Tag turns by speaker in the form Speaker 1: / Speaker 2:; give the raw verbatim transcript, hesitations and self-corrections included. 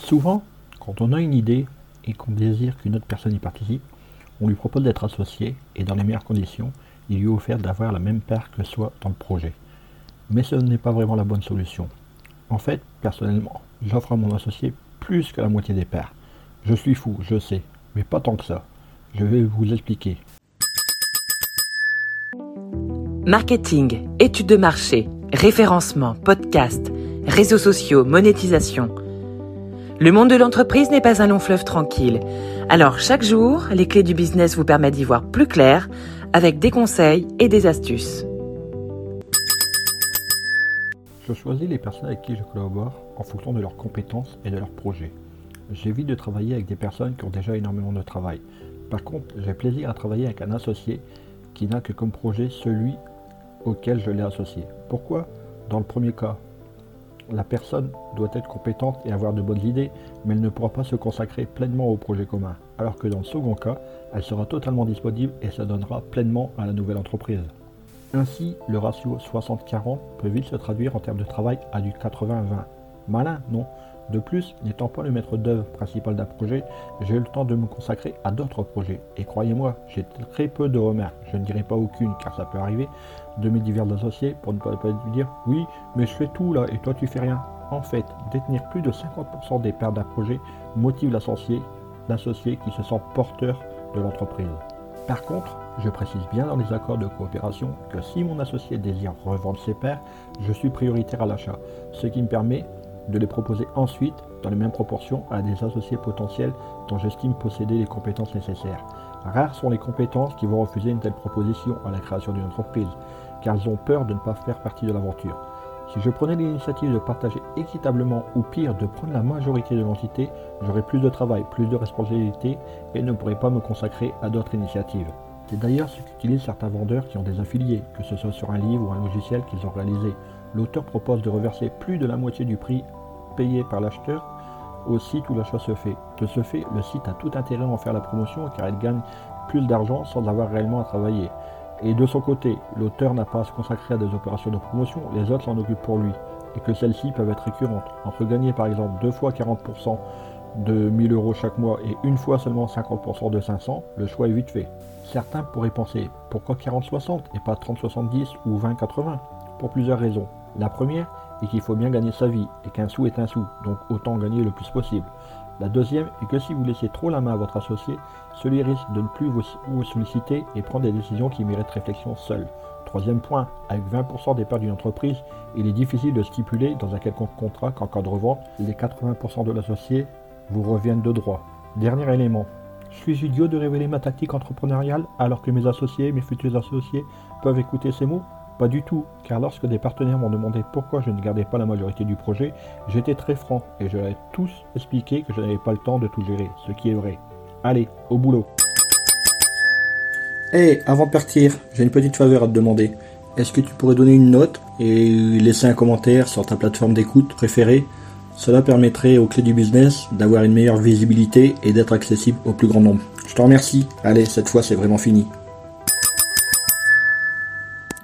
Speaker 1: Souvent, quand on a une idée et qu'on désire qu'une autre personne y participe, on lui propose d'être associé et dans les meilleures conditions, il lui est offert d'avoir la même part que soi dans le projet. Mais ce n'est pas vraiment la bonne solution. En fait, personnellement, j'offre à mon associé plus que la moitié des parts. Je suis fou, je sais, mais pas tant que ça. Je vais vous expliquer.
Speaker 2: Marketing, études de marché, référencement, podcast, réseaux sociaux, monétisation. Le monde de l'entreprise n'est pas un long fleuve tranquille. Alors chaque jour, les clés du business vous permettent d'y voir plus clair avec des conseils et des astuces.
Speaker 1: Je choisis les personnes avec qui je collabore en fonction de leurs compétences et de leurs projets. J'évite de travailler avec des personnes qui ont déjà énormément de travail. Par contre, j'ai plaisir à travailler avec un associé qui n'a que comme projet celui auquel je l'ai associé. Pourquoi ? Dans le premier cas, la personne doit être compétente et avoir de bonnes idées, mais elle ne pourra pas se consacrer pleinement au projet commun. Alors que dans le second cas, elle sera totalement disponible et se donnera pleinement à la nouvelle entreprise. Ainsi, le ratio soixante quarante peut vite se traduire en termes de travail à du quatre-vingts vingt. Malin, non ? De plus, n'étant pas le maître d'œuvre principal d'un projet, j'ai eu le temps de me consacrer à d'autres projets. Et croyez-moi, j'ai très peu de remarques, je ne dirais pas aucune car ça peut arriver, de mes divers associés pour ne pas lui dire « Oui, mais je fais tout là et toi tu fais rien ». En fait, détenir plus de cinquante pour cent des parts d'un projet motive l'associé, l'associé qui se sent porteur de l'entreprise. Par contre, je précise bien dans les accords de coopération que si mon associé désire revendre ses parts, je suis prioritaire à l'achat, ce qui me permet de les proposer ensuite dans les mêmes proportions à des associés potentiels dont j'estime posséder les compétences nécessaires. Rares sont les compétences qui vont refuser une telle proposition à la création d'une entreprise, car elles ont peur de ne pas faire partie de l'aventure. Si je prenais l'initiative de partager équitablement ou pire de prendre la majorité de l'entité, j'aurais plus de travail, plus de responsabilités et ne pourrais pas me consacrer à d'autres initiatives. C'est d'ailleurs ce qu'utilisent certains vendeurs qui ont des affiliés, que ce soit sur un livre ou un logiciel qu'ils ont réalisé. L'auteur propose de reverser plus de la moitié du prix payé par l'acheteur au site où l'achat se fait. De ce fait, le site a tout intérêt à en faire la promotion car il gagne plus d'argent sans avoir réellement à travailler. Et de son côté, l'auteur n'a pas à se consacrer à des opérations de promotion, les autres s'en occupent pour lui. Et que celles-ci peuvent être récurrentes. Entre gagner par exemple deux fois quarante pour cent de mille euros chaque mois et une fois seulement cinquante pour cent de cinq cents, le choix est vite fait. Certains pourraient penser, pourquoi quarante soixante et pas trente soixante-dix ou vingt quatre-vingts ? Pour plusieurs raisons. La première est qu'il faut bien gagner sa vie et qu'un sou est un sou, donc autant gagner le plus possible. La deuxième est que si vous laissez trop la main à votre associé, celui risque de ne plus vous solliciter et prendre des décisions qui méritent réflexion seul. Troisième point, avec vingt pour cent des parts d'une entreprise, il est difficile de stipuler dans un quelconque contrat qu'en cas de revente, les quatre-vingts pour cent de l'associé vous reviennent de droit. Dernier élément, suis-je idiot de révéler ma tactique entrepreneuriale alors que mes associés, mes futurs associés peuvent écouter ces mots ? Pas du tout, car lorsque des partenaires m'ont demandé pourquoi je ne gardais pas la majorité du projet, j'étais très franc et je leur ai tous expliqué que je n'avais pas le temps de tout gérer, ce qui est vrai. Allez, au boulot.
Speaker 3: Hey, avant de partir, j'ai une petite faveur à te demander. Est-ce que tu pourrais donner une note et laisser un commentaire sur ta plateforme d'écoute préférée ? Cela permettrait aux clés du business d'avoir une meilleure visibilité et d'être accessible au plus grand nombre. Je te remercie. Allez, cette fois c'est vraiment fini.